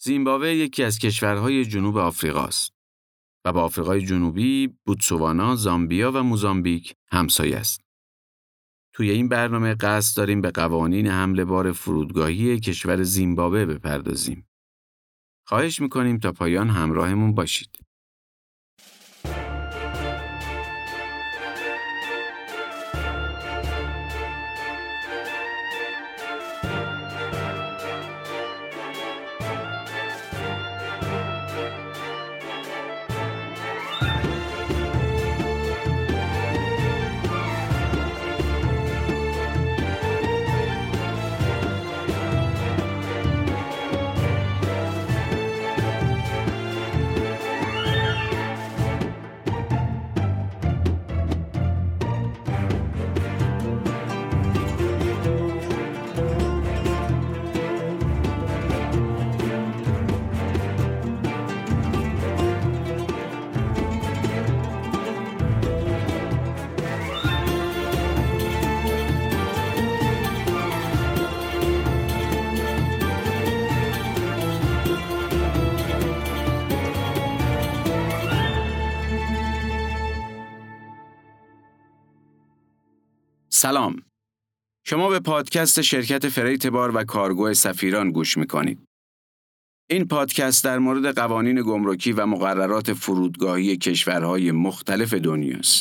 زیمبابوه یکی از کشورهای جنوب آفریقا است و با آفریقای جنوبی، بوتسوانا، زامبیا و موزامبیک همسایه است. توی این برنامه قصد داریم به قوانین حمل بار فرودگاهی کشور زیمبابوه بپردازیم. خواهش می‌کنیم تا پایان همراهمون باشید. سلام. شما به پادکست شرکت فریت بار و کارگو سفیران گوش می‌کنید. این پادکست در مورد قوانین گمرکی و مقررات فرودگاهی کشورهای مختلف دنیاست.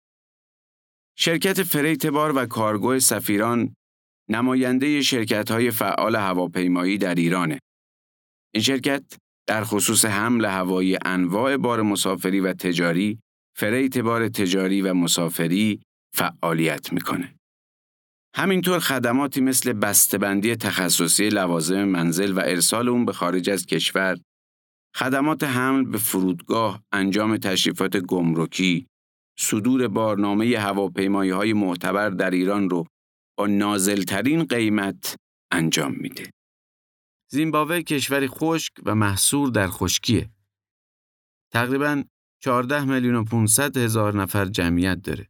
شرکت فریت بار و کارگو سفیران نماینده شرکت‌های فعال هواپیمایی در ایرانه. این شرکت در خصوص حمل هوایی انواع بار مسافری و تجاری، فریت بار تجاری و مسافری فعالیت میکنه. همینطور خدماتی مثل بسته‌بندی تخصصی لوازم منزل و ارسال اون به خارج از کشور، خدمات حمل به فرودگاه، انجام تشریفات گمرکی، صدور بارنامه هواپیمایی‌های معتبر در ایران رو با نازل‌ترین قیمت انجام میده. زیمبابوه کشوری خشک و محصور در خشکیه. تقریباً 14,500,000 نفر جمعیت داره.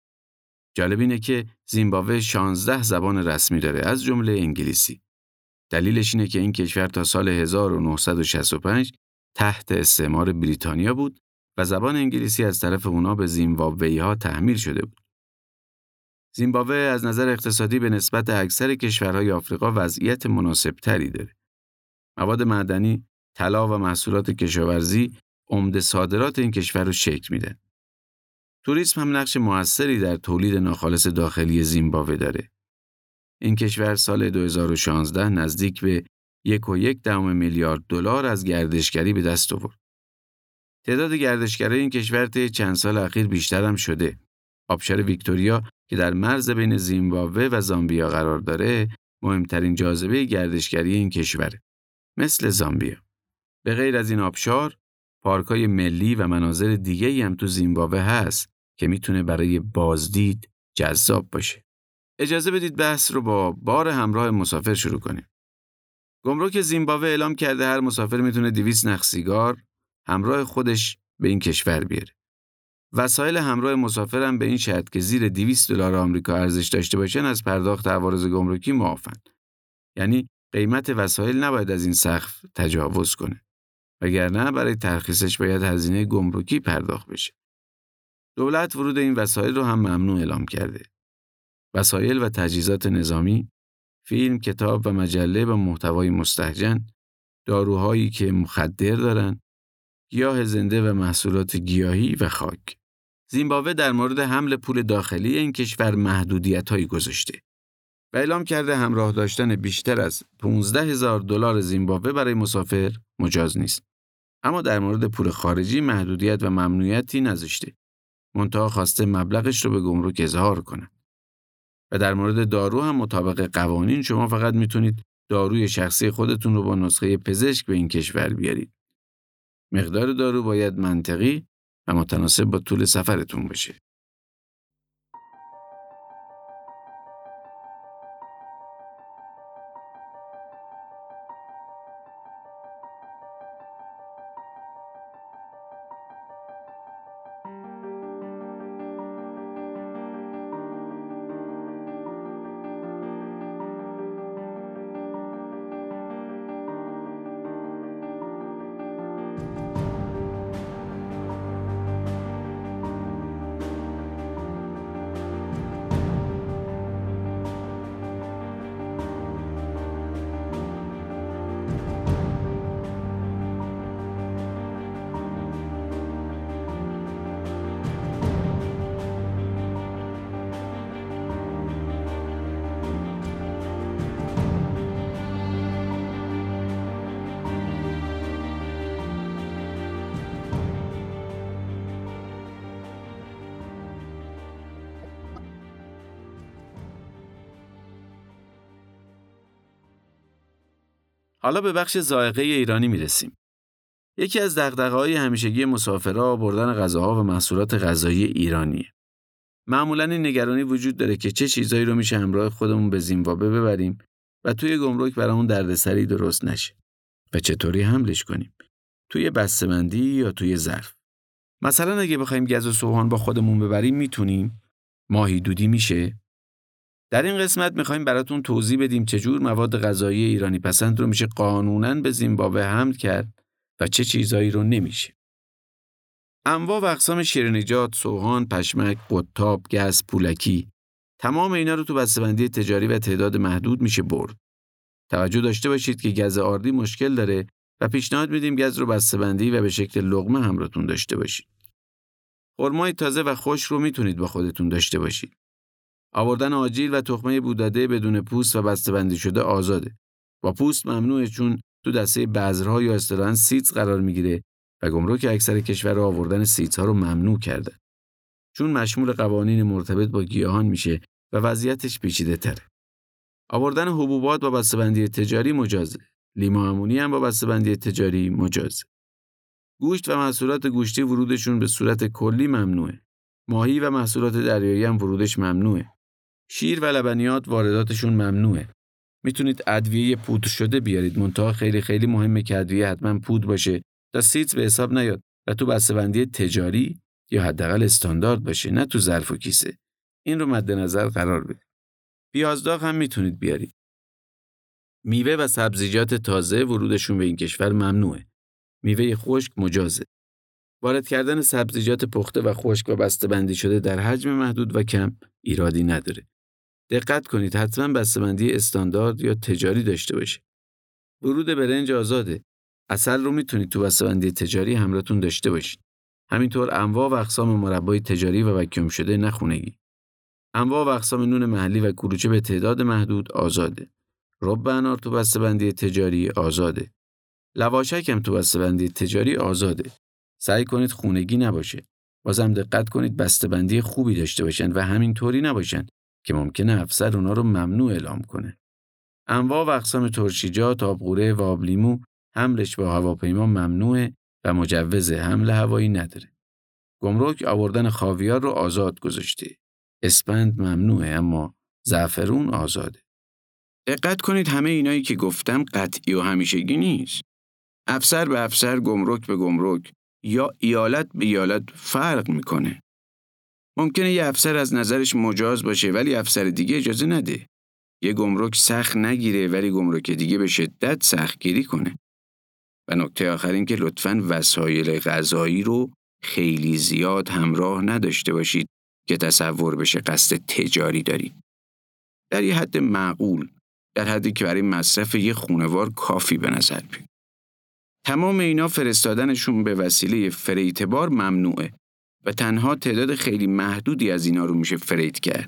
جالب اینه که زیمبابوه 16 زبان رسمی داره از جمله انگلیسی. دلیلش اینه که این کشور تا سال 1965 تحت استعمار بریتانیا بود و زبان انگلیسی از طرف اونا به زیمبابوی‌ها تحمیل شده بود. زیمبابوه از نظر اقتصادی به نسبت اکثر کشورهای آفریقا وضعیت مناسب‌تری داره. مواد معدنی، طلا و محصولات کشاورزی عمده صادرات این کشور رو شکل میدن. توریسم هم نقش موثری در تولید ناخالص داخلی زیمبابوه داره. این کشور سال 2016 نزدیک به 1.1 میلیارد دلار از گردشگری به دست آورد. تعداد گردشگرای این کشور طی چند سال اخیر بیشتر هم شده. آبشار ویکتوریا که در مرز بین زیمبابوه و زامبیا قرار داره، مهمترین جاذبه گردشگری این کشوره. مثل زامبیا. به غیر از این آبشار، پارک‌های ملی و مناظر دیگه‌ای هم تو زیمبابوه هست که میتونه برای بازدید جذاب باشه. اجازه بدید بحث رو با بار همراه مسافر شروع کنیم. گمرک زیمبابوه اعلام کرده هر مسافر میتونه 200 نخ سیگار همراه خودش به این کشور بیاره. وسایل همراه مسافر هم به این شرط که زیر $200 آمریکا ارزش داشته باشن از پرداخت عوارض گمرکی معافن. یعنی قیمت وسایل نباید از این سقف تجاوز کنه. وگرنه برای ترخیصش باید هزینه گمرکی پرداخت بشه. دولت ورود این وسایل رو هم ممنوع اعلام کرده. وسایل و تجهیزات نظامی، فیلم، کتاب و مجله با محتوای مستهجن، داروهایی که مخدر دارن، گیاه زنده و محصولات گیاهی و خاک. زیمبابوه در مورد حمل پول داخلی این کشور محدودیت‌هایی گذاشته و اعلام کرده همراه داشتن بیشتر از $15,000 زیمبابوه برای مسافر مجاز نیست. اما در مورد پول خارجی محدودیت و ممنوعیتی نذاشته. منتها خواسته مبلغش رو به گمرک اظهار کنه. و در مورد دارو هم مطابق قوانین شما فقط میتونید داروی شخصی خودتون رو با نسخه پزشک به این کشور بیارید. مقدار دارو باید منطقی و متناسب با طول سفرتون باشه. حالا به بخش ذائقه ایرانی میرسیم. یکی از دغدغه‌های همیشگی مسافرها آوردن غذاها و محصولات غذایی ایرانیه. معمولاً این نگرانی وجود داره که چه چیزایی رو میشه همراه خودمون به زیمبابوه ببریم و توی گمرک برامون دردسری درست نشه و چطوری حملش کنیم. توی بسته‌بندی یا توی ظرف. مثلا اگه بخوایم گز و سوهان با خودمون ببریم میتونیم؟ ماهی دودی میشه؟ در این قسمت میخوایم براتون توضیح بدیم چجور مواد غذایی ایرانی پسند رو میشه قانوناً به زیمبابوه حمل کرد و چه چیزایی رو نمیشه. انواع و اقسام شیرینیجات، سوهان، پشمک، قطاب، گز، پولکی، تمام اینا رو تو بسته‌بندی تجاری و تعداد محدود میشه برد. توجه داشته باشید که گز آردی مشکل داره و پیشنهاد میدیم گز رو بسته‌بندی و به شکل لقمه همراهتون داشته باشید. خرمای تازه و خشک رو میتونید با خودتون داشته باشید. آوردن آجیل و تخمه بوداده بدون پوست و بسته‌بندی شده آزاده. با پوست ممنوعه چون تو دسته بذرها یا اصطلاحاً سیدز قرار میگیره و گمرک اکثر کشورها آوردن سیدزها رو ممنوع کرده. چون مشمول قوانین مرتبط با گیاهان میشه و وضعیتش پیچیده‌تره. آوردن حبوبات با بسته‌بندی تجاری مجازه. لیمو امونی هم با بسته‌بندی تجاری مجازه. گوشت و محصولات گوشتی ورودشون به صورت کلی ممنوعه. ماهی و محصولات دریایی هم ورودش ممنوعه. شیر و لبنیات وارداتشون ممنوعه. میتونید ادویه پودر شده بیارید، منتها خیلی مهمه که ادویه حتما پودر باشه تا سیدز به حساب نیاد و تو بسته‌بندی تجاری یا حداقل استاندارد باشه، نه تو ظرف و کیسه. این رو مد نظر قرار بدید. پیازداغ هم میتونید بیارید. میوه و سبزیجات تازه ورودشون به این کشور ممنوعه. میوه خشک مجازه. وارد کردن سبزیجات پخته و خشک و بسته‌بندی شده در حجم محدود و کم ایرادی نداره. دقت کنید حتما بسته‌بندی استاندارد یا تجاری داشته باشه. ورود برنج آزاده. عسل رو میتونید تو بسته‌بندی تجاری همراهتون داشته باشید. همینطور انواع و اقسام مربای تجاری و وکیوم شده نه خونگی. انواع و اقسام نون محلی و کلوچه به تعداد محدود آزاده. رب انار تو بسته‌بندی تجاری آزاده. لواشک هم تو بسته‌بندی تجاری آزاده. سعی کنید خونگی نباشه. بازم دقت کنید بسته‌بندی خوبی داشته باشن و همینطوری نباشن که ممکنه افسر اونا رو ممنوع اعلام کنه. انواع و اقسام ترشیجات، آبقوره و آبلیمو حملش با هواپیما ممنوعه و مجوز حمل هوایی نداره. گمرک آوردن خاویار رو آزاد گذاشته. اسپند ممنوعه اما زعفرون آزاده. دقت کنید همه اینایی که گفتم قطعی و همیشگی نیست. افسر به افسر، گمرک به گمرک یا ایالت به ایالت فرق میکنه. ممکنه یه افسر از نظرش مجاز باشه ولی افسر دیگه اجازه نده. یه گمرک سخت نگیره ولی گمرک دیگه به شدت سخت گیری کنه. و نکته آخر این که لطفاً وسایل غذایی رو خیلی زیاد همراه نداشته باشید که تصور بشه قصد تجاری دارید. در یه حد معقول، در حدی که برای مصرف یه خانوار کافی به نظر بیاد. تمام اینا فرستادنشون به وسیله فریت بار ممنوعه و تنها تعداد خیلی محدودی از اینا رو میشه فریت کرد.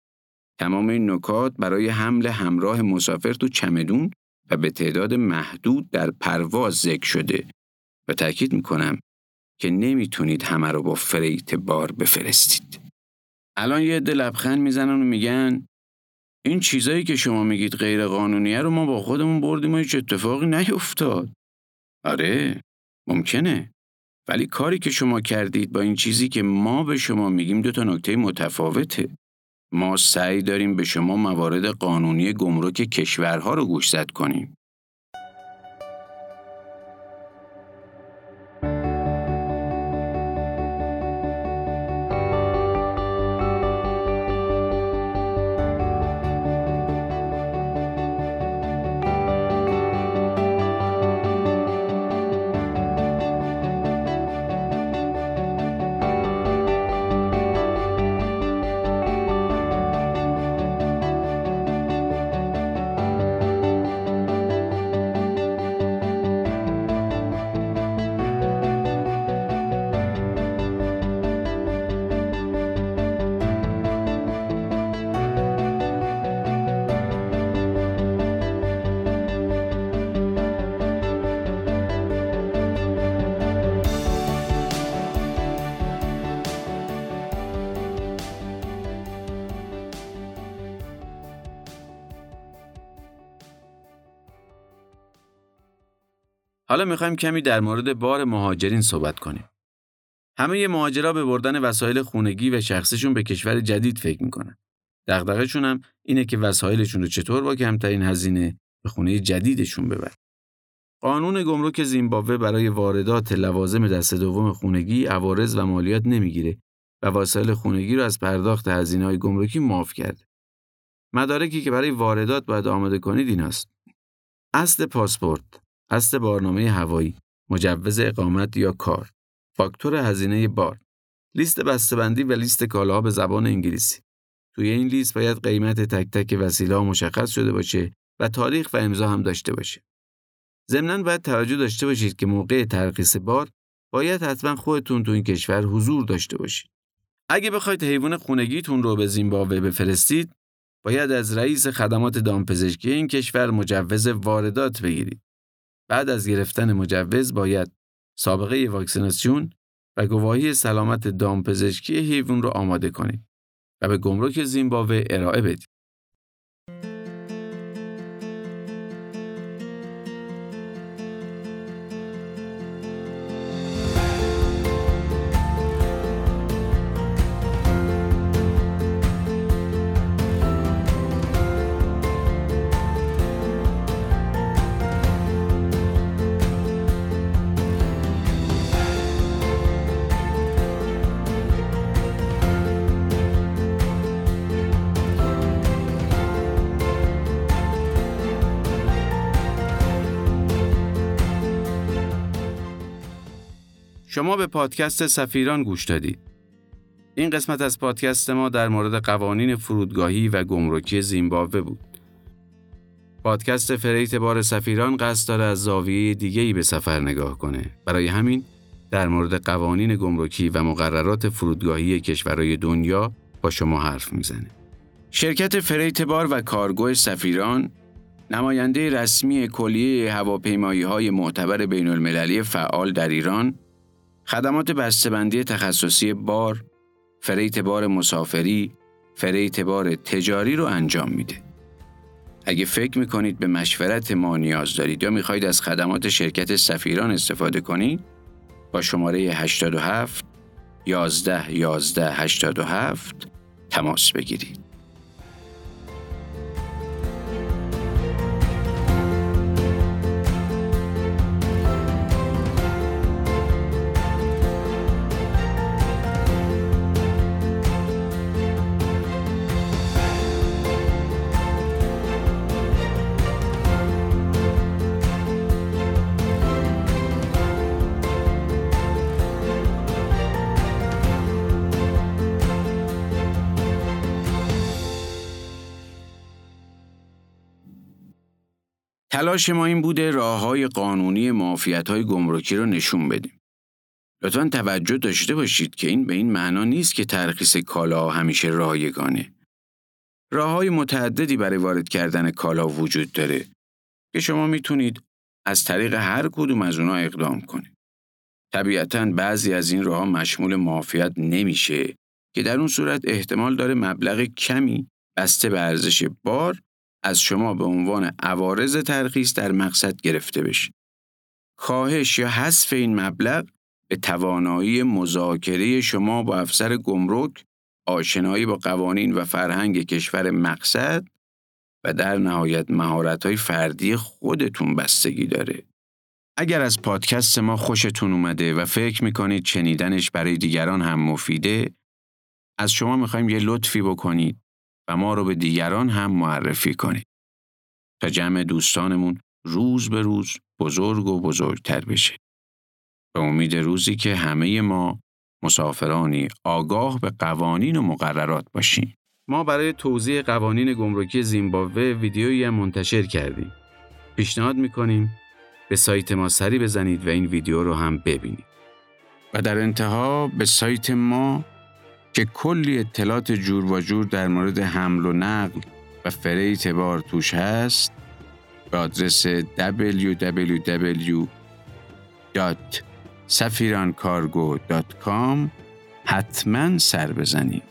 تمام این نکات برای حمل همراه مسافر تو چمدون و به تعداد محدود در پرواز ذکر شده و تأکید میکنم که نمیتونید همه رو با فریت بار بفرستید. الان یه عده لبخند میزنن و میگن این چیزایی که شما میگید غیر قانونیه رو ما با خودمون بردیم و هیچ اتفاقی نیفتاد. آره، ممکنه. ولی کاری که شما کردید با این چیزی که ما به شما میگیم دو تا نکته متفاوته. ما سعی داریم به شما موارد قانونی گمرک کشورها رو گوشزد کنیم. حالا میخوایم کمی در مورد بار مهاجرین صحبت کنیم. همه مهاجرا به بردن وسایل خونگی و شخصیشون به کشور جدید فکر میکنن. دغدغه‌شون هم اینه که وسایلشون رو چطور با کمترین هزینه به خونه جدیدشون ببرن. قانون گمرک زیمبابوه برای واردات لوازم دسته دوم خونگی عوارض و مالیات نمیگیره و وسایل خونگی رو از پرداخت هزینه‌های گمرکی معاف کرده. مدارکی که برای واردات باید آماده کنید ایناست: اصل پاسپورت، اصل بارنامه هوایی، مجوز اقامت یا کار، فاکتور هزینه بار، لیست بسته‌بندی و لیست کالاها به زبان انگلیسی. توی این لیست باید قیمت تک تک وسیله‌ها مشخص شده باشه و تاریخ و امضا هم داشته باشه. ضمناً باید توجه داشته باشید که موقع ترخیص بار باید حتما خودتون تو این کشور حضور داشته باشید. اگه بخواید حیوان خونگیتون رو به زیمبابوه بفرستید، باید از رئیس خدمات دامپزشکی این کشور مجوز واردات بگیرید. بعد از گرفتن مجوز باید سابقه واکسیناسیون و گواهی سلامت دامپزشکی حیوان رو آماده کنید و به گمرک زیمبابوه ارائه بدید. شما به پادکست سفیران گوش دادید. این قسمت از پادکست ما در مورد قوانین فرودگاهی و گمرکی زیمبابوه بود. پادکست فریت بار سفیران قصد داره از زاویه دیگه‌ای به سفر نگاه کنه. برای همین در مورد قوانین گمرکی و مقررات فرودگاهی کشورهای دنیا با شما حرف میزنه. شرکت فریت بار و کارگو سفیران نماینده رسمی کلیه هواپیمایی‌های معتبر بین‌المللی فعال در ایران، خدمات بسته‌بندی تخصصی بار، فریت بار مسافری، فریت بار تجاری رو انجام میده. اگه فکر میکنید به مشورت ما نیاز دارید یا میخواید از خدمات شرکت سفیران استفاده کنید، با شماره 87 11 11 87 تماس بگیرید. تلاش ما این بوده راه‌های قانونی معافیت‌های گمرکی رو نشون بدیم. لطفاً توجه داشته باشید که این به این معنا نیست که ترخیص کالا همیشه رایگانه. راه‌های متعددی برای وارد کردن کالا وجود داره که شما میتونید از طریق هر کدوم از اونها اقدام کنید. طبیعتاً بعضی از این راه‌ها مشمول معافیت نمیشه که در اون صورت احتمال داره مبلغ کمی بسته به ارزش بار از شما به عنوان عوارض ترخیص در مقصد گرفته بشه. کاهش یا حذف این مبلغ به توانایی مذاکره شما با افسر گمرک، آشنایی با قوانین و فرهنگ کشور مقصد و در نهایت مهارت‌های فردی خودتون بستگی داره. اگر از پادکست ما خوشتون اومده و فکر میکنید شنیدنش برای دیگران هم مفیده، از شما میخوایم یه لطفی بکنید و ما رو به دیگران هم معرفی کنید تا جمع دوستانمون روز به روز بزرگ و بزرگتر بشه. به امید روزی که همه ما مسافرانی آگاه به قوانین و مقررات باشیم. ما برای توضیح قوانین گمرکی زیمبابوه ویدیویی هم منتشر کردیم. پیشنهاد میکنیم به سایت ما سری بزنید و این ویدیو رو هم ببینید. و در انتها به سایت ما که کلی اطلاعات جور و جور در مورد حمل و نقل و فریت بار توش هست، به آدرس www.safirancargo.com حتما سر بزنید.